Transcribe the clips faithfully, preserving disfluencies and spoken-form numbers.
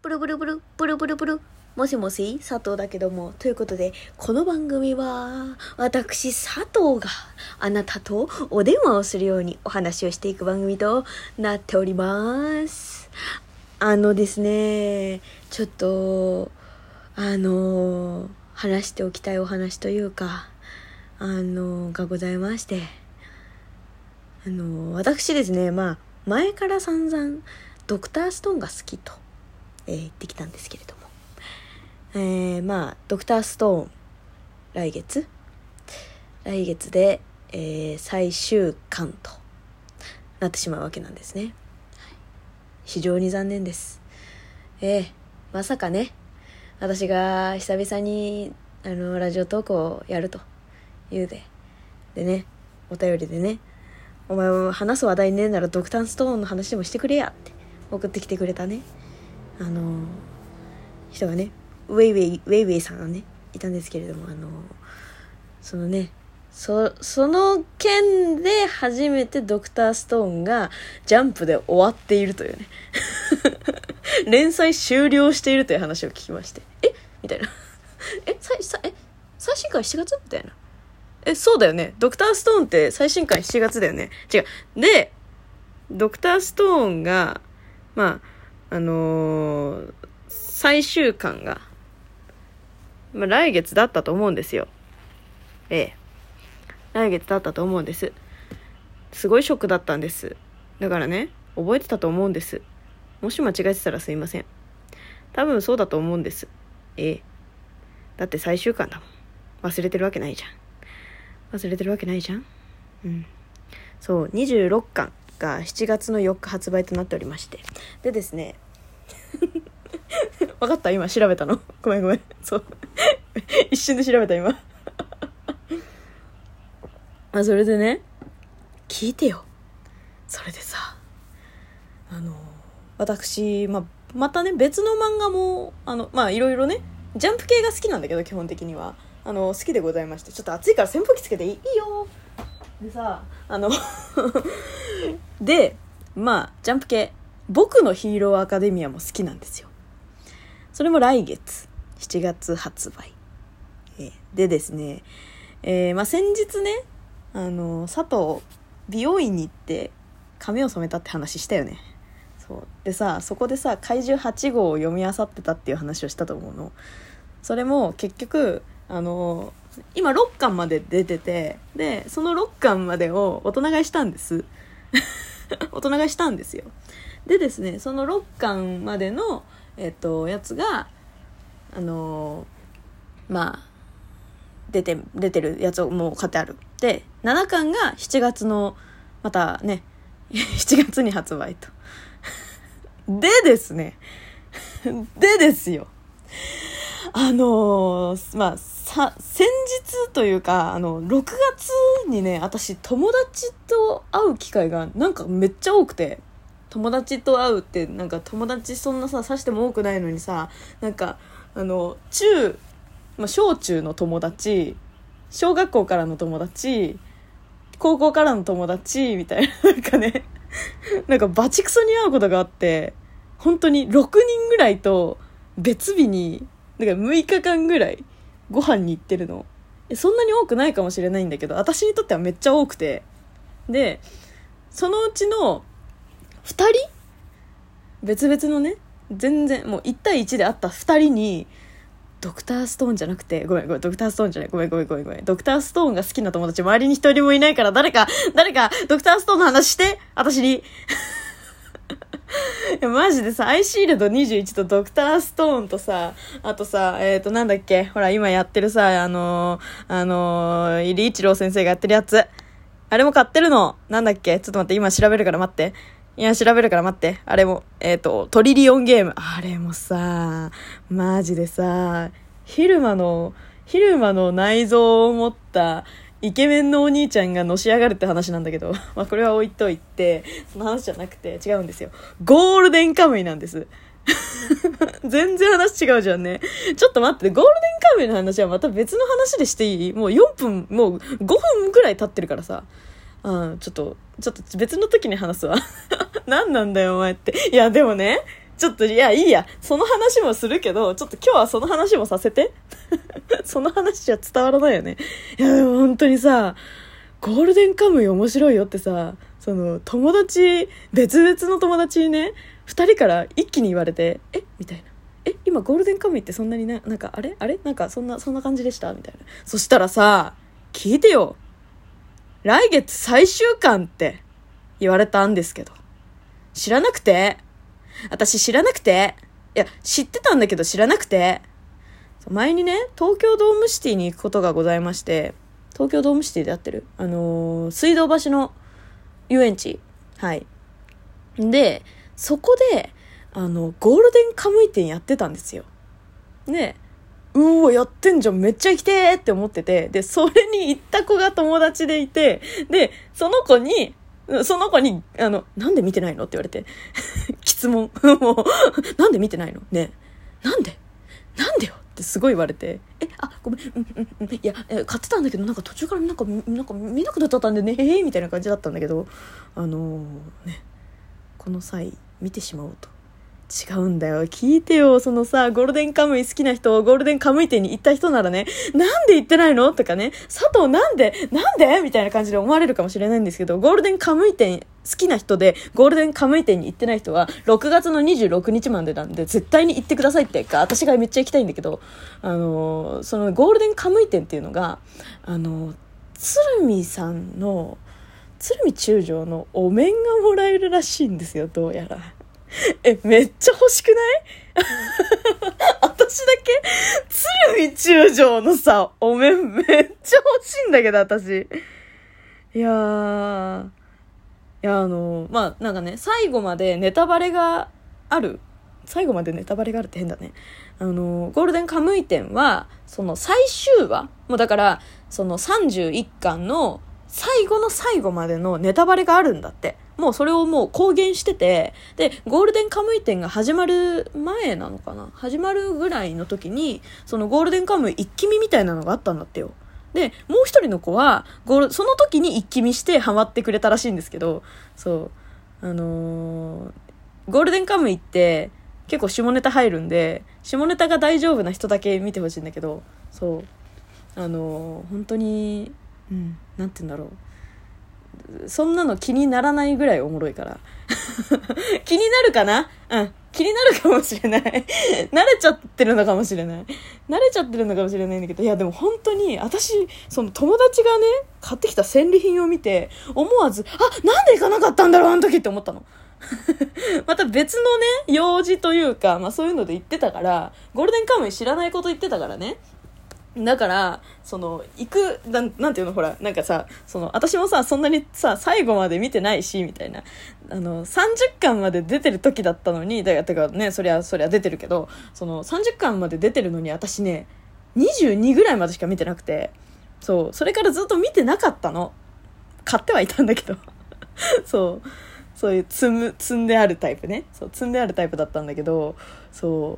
ブルブルブルブルブルブルもしもし佐藤だけども、ということでこの番組は私佐藤があなたとお電話をするようにお話をしていく番組となっております。あのですねちょっとあの話しておきたいお話というかあのがございまして、あの私ですねまあ前から散々ドクターストーンが好きと、えー、言ってきたんですけれども、えー、まあドクターストーン来月来月で、えー、最終巻となってしまうわけなんですね。非常に残念です。えー、まさかね私が久々にあのラジオトークをやるというででねお便りでね、お前も話す話題ねえならドクターストーンの話でもしてくれやって送ってきてくれたねあの人がねウェイウェイウェイウェイさんがねいたんですけれども、あのそのねそその件で初めてドクターストーンがジャンプで終わっているというね連載終了しているという話を聞きまして、えみたいなえささえ最新回しちがつみたいな、えそうだよねドクターストーンって最新回しちがつだよね、違うでドクターストーンがまああのー、最終巻が、まあ、来月だったと思うんですよ。ええ来月だったと思うんです。すごいショックだったんです。だからね覚えてたと思うんです。もし間違えてたらすいません。多分そうだと思うんです。ええだって最終巻だもん。忘れてるわけないじゃん。忘れてるわけないじゃん。うんそうにじゅうろっかんがしちがつのよっか発売となっておりまして、でですね分かった今調べたのごめんごめんそう一瞬で調べた今あそれでね聞いてよ。それでさあの私、ま、またね別の漫画もあのまあいろいろねジャンプ系が好きなんだけど基本的にはあの好きでございまして、ちょっと暑いから扇風機つけていいよでさあのでまあジャンプ系僕のヒーローアカデミアも好きなんですよ。それも来月しちがつ発売、えー、でですね、えーまあ、先日ねあの佐藤美容院に行って髪を染めたって話したよね。そうでさそこでさ怪獣はち号を読み漁ってたっていう話をしたと思うの。それも結局あの今ろっかんまで出てて、でそのろっかんまでを大人買いしたんです大人買いしたんですよ。でですねそのろっかんまでのえっとやつがあのまあ出て出てるやつをもう買ってある。でななかんがしちがつのまたねしちがつに発売とでですねでですよあのー、まあさ先日というかあのろくがつにね私友達と会う機会がなんかめっちゃ多くて、友達と会うってなんか友達そんなささしても多くないのにさ、なんかあの中、まあ、小中の友達、小学校からの友達、高校からの友達みたいななんかねなんかバチクソに会うことがあって、本当にろくにんぐらいと別日になんかむいかかんぐらいご飯に行ってるの。そんなに多くないかもしれないんだけど私にとってはめっちゃ多くて、でそのうちのふたり別々のね全然もういち対いちで会ったふたりにドクターストーンじゃなくてごめんごめんドクターストーンじゃないごめんごめんごめんごめんドクターストーンが好きな友達周りに一人もいないから誰か誰かドクターストーンの話して私にいやマジでさアイシールドにじゅういちとドクターストーンとさあとさえっとなんだっけほら今やってるさあのー、あのー、リーチロー先生がやってるやつあれも買ってるの。なんだっけちょっと待って今調べるから待っていや調べるから待ってあれもえっとトリリオンゲームあれもさマジでさ昼間の昼間の内臓を持ったイケメンのお兄ちゃんがのし上がるって話なんだけどまあこれは置いといてその話じゃなくて違うんですよ。ゴールデンカムイなんです全然話違うじゃんね。ちょっと待ってゴールデンカムイの話はまた別の話でしていい？もうよんぷんもうごふんくらい経ってるからさあちょっとちょっと別の時に話すわ何なんだよお前って。いやでもねちょっと、いや、いいや。その話もするけど、ちょっと今日はその話もさせて。その話じゃ伝わらないよね。いや、でも本当にさ、ゴールデンカムイ面白いよってさ、その、友達、別々の友達にね、二人から一気に言われて、えみたいな。え今ゴールデンカムイってそんなにな、なんか、あれあれなんか、そんな、そんな感じでしたみたいな。そしたらさ、聞いてよ。来月最終巻って言われたんですけど。知らなくて。私知らなくて。いや、知ってたんだけど知らなくて。前にね、東京ドームシティに行くことがございまして、東京ドームシティでやってるあのー、水道橋の遊園地。はい。で、そこで、あの、ゴールデンカムイ展やってたんですよ。で、うわ、やってんじゃん、めっちゃ行きてーって思ってて、で、それに行った子が友達でいて、で、その子に、その子に、あの、なんで見てないのって言われて、質問。もう、なんで見てないのねえ、なんでなんでよってすごい言われて、え、あ、ごめん、うんうんうん、いや、え買ってたんだけど、なんか途中からなんか、なんか見なくなっちゃったんでね、へえみたいな感じだったんだけど、あのー、ね、この際、見てしまおうと。違うんだよ。聞いてよ。そのさ、ゴールデンカムイ好きな人、ゴールデンカムイ店に行った人ならね、なんで行ってないのとかね、佐藤なんでなんでみたいな感じで思われるかもしれないんですけど、ゴールデンカムイ店好きな人で、ゴールデンカムイ店に行ってない人は、ろくがつのにじゅうろくにちまでなんで、絶対に行ってくださいってか、私がめっちゃ行きたいんだけど、あのー、そのゴールデンカムイ店っていうのが、あのー、鶴見さんの、鶴見中将のお面がもらえるらしいんですよ、どうやら。え、めっちゃ欲しくない私だけ鶴見中将のさ、お面めっちゃ欲しいんだけど、私。いやー。いや、あの、まあ、なんかね、最後までネタバレがある。最後までネタバレがあるって変だね。あの、ゴールデンカムイ展は、その最終話もうだから、そのさんじゅういっかんの最後の最後までのネタバレがあるんだって。もうそれをもう公言してて、で、ゴールデンカムイ展が始まる前なのかな始まるぐらいの時に、そのゴールデンカムイ一気見みたいなのがあったんだってよ。で、もう一人の子は、ゴール、その時に一気見してハマってくれたらしいんですけど、そう、あのー、ゴールデンカムイって結構下ネタ入るんで、下ネタが大丈夫な人だけ見てほしいんだけど、そう、あのー、本当に、うん、なんて言うんだろう。そんなの気にならないぐらいおもろいから。気になるかなうん。気になるかもしれない。慣れちゃってるのかもしれない。慣れちゃってるのかもしれないんだけど、いやでも本当に、私、その友達がね、買ってきた戦利品を見て、思わず、あ、なんで行かなかったんだろう、あの時って思ったの。また別のね、用事というか、まあそういうので言ってたから、ゴールデンカムイ知らないこと言ってたからね。だから、その、行く、なん、なんていうの、ほら、なんかさ、その、私もさ、そんなにさ、最後まで見てないし、みたいな。あの、さんじゅっかんまで出てる時だったのに、だから、てかね、そりゃ、そりゃ出てるけど、その、さんじゅっかんまで出てるのに、私ね、にじゅうにぐらいまでしか見てなくて、そう、それからずっと見てなかったの。買ってはいたんだけど。そう、そういう積む、積んであるタイプね。そう、積んであるタイプだったんだけど、そう、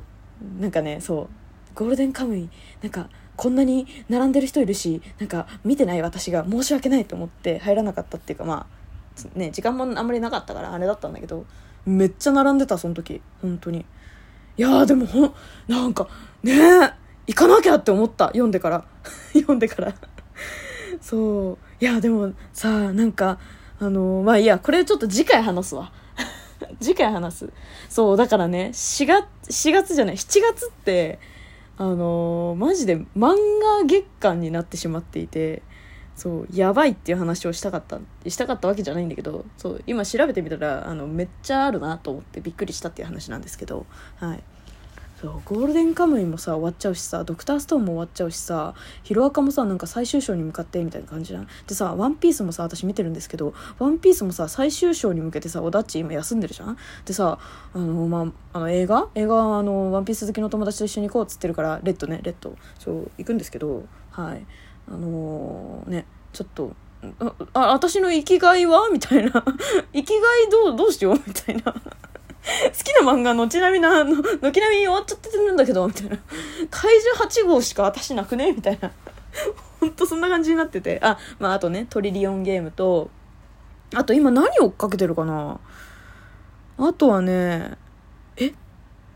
なんかね、そう、ゴールデンカムイ、なんか、こんなに並んでる人いるし、なんか見てない私が申し訳ないと思って入らなかったっていうか、まあね、時間もあんまりなかったからあれだったんだけど、めっちゃ並んでた、その時本当に。いやーでもほんなんかねえ、行かなきゃって思った、読んでから読んでからそういやでもさ、なんかあのー、まあいいや、これちょっと次回話すわ次回話す。そうだからね、しがつしがつじゃないしちがつってあのー、マジで漫画月間になってしまっていて、そうやばいっていう話をしたかったしたかったわけじゃないんだけど、そう今調べてみたらあのめっちゃあるなと思ってびっくりしたっていう話なんですけど、はい。そうゴールデンカムイもさ終わっちゃうしさ、ドクターストーンも終わっちゃうしさ、ヒロアカもさなんか最終章に向かってみたいな感じじゃん。でさ、ワンピースもさ私見てるんですけど、ワンピースもさ最終章に向けてさ、オダッチ今休んでるじゃん。でさ、あのまああの映画映画はあのワンピース好きの友達と一緒に行こうっつってるから、レッドねレッドそう行くんですけど、はいあのー、ねちょっとああ私の生きがいはみたいな生きがいどうどうしようみたいな好きな漫画軒並みなの軒並み終わっちゃってるんだけどみたいな、怪獣はち号しか私なくねみたいなほんとそんな感じになってて、あまああとねトリリオンゲームと、あと今何を追っかけてるかな、あとはねえ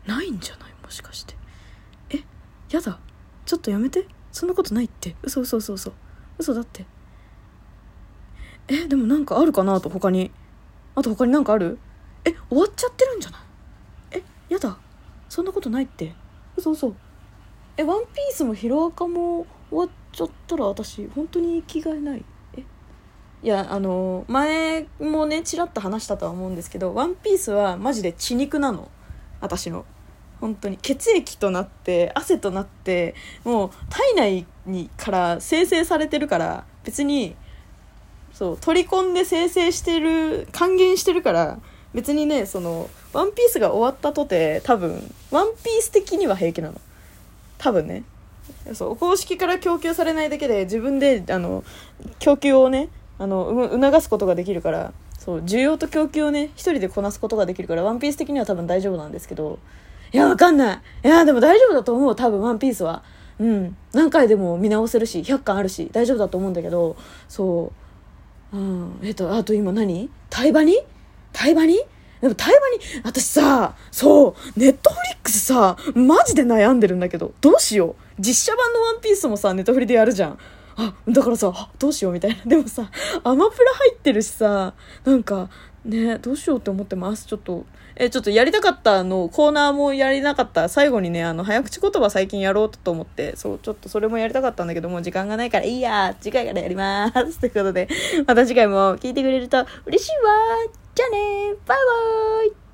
ないんじゃない？もしかしてえやだちょっとやめて、そんなことないって、嘘嘘嘘嘘嘘だって。えでもなんかあるかな、あと他にあと他になんかある？え終わっちゃってるんじゃない？えやだそんなことないって、嘘嘘。えワンピースもヒロアカも終わっちゃったら私本当に生きがいない。えいやあの前もねちらっと話したとは思うんですけど、ワンピースはマジで血肉なの、私の。本当に血液となって汗となってもう体内にから生成されてるから、別にそう取り込んで生成してる還元してるから、別にねそのワンピースが終わったとて多分ワンピース的には平気なの多分ね。そう公式から供給されないだけで自分であの供給をねあのう促すことができるから、そう需要と供給をね一人でこなすことができるから、ワンピース的には多分大丈夫なんですけど、いやわかんない、いやでも大丈夫だと思う、多分ワンピースは。うん何回でも見直せるしひゃっかんあるし大丈夫だと思うんだけど、そううんえっとあと今何タイバニタイバニでもタイバニ私さ、そうネットフリックスさマジで悩んでるんだけど、どうしよう。実写版のワンピースもさネットフリでやるじゃん。あだからさあどうしようみたいな。でもさアマプラ入ってるしさ、なんかねどうしようって思ってます。ちょっとえちょっとやりたかったのコーナーもやりなかった、最後にねあの早口言葉最近やろうと思って、そうちょっとそれもやりたかったんだけどもう時間がないからいいや次回からやりますということで、また次回も聞いてくれると嬉しいわ。じゃあねバイバイ。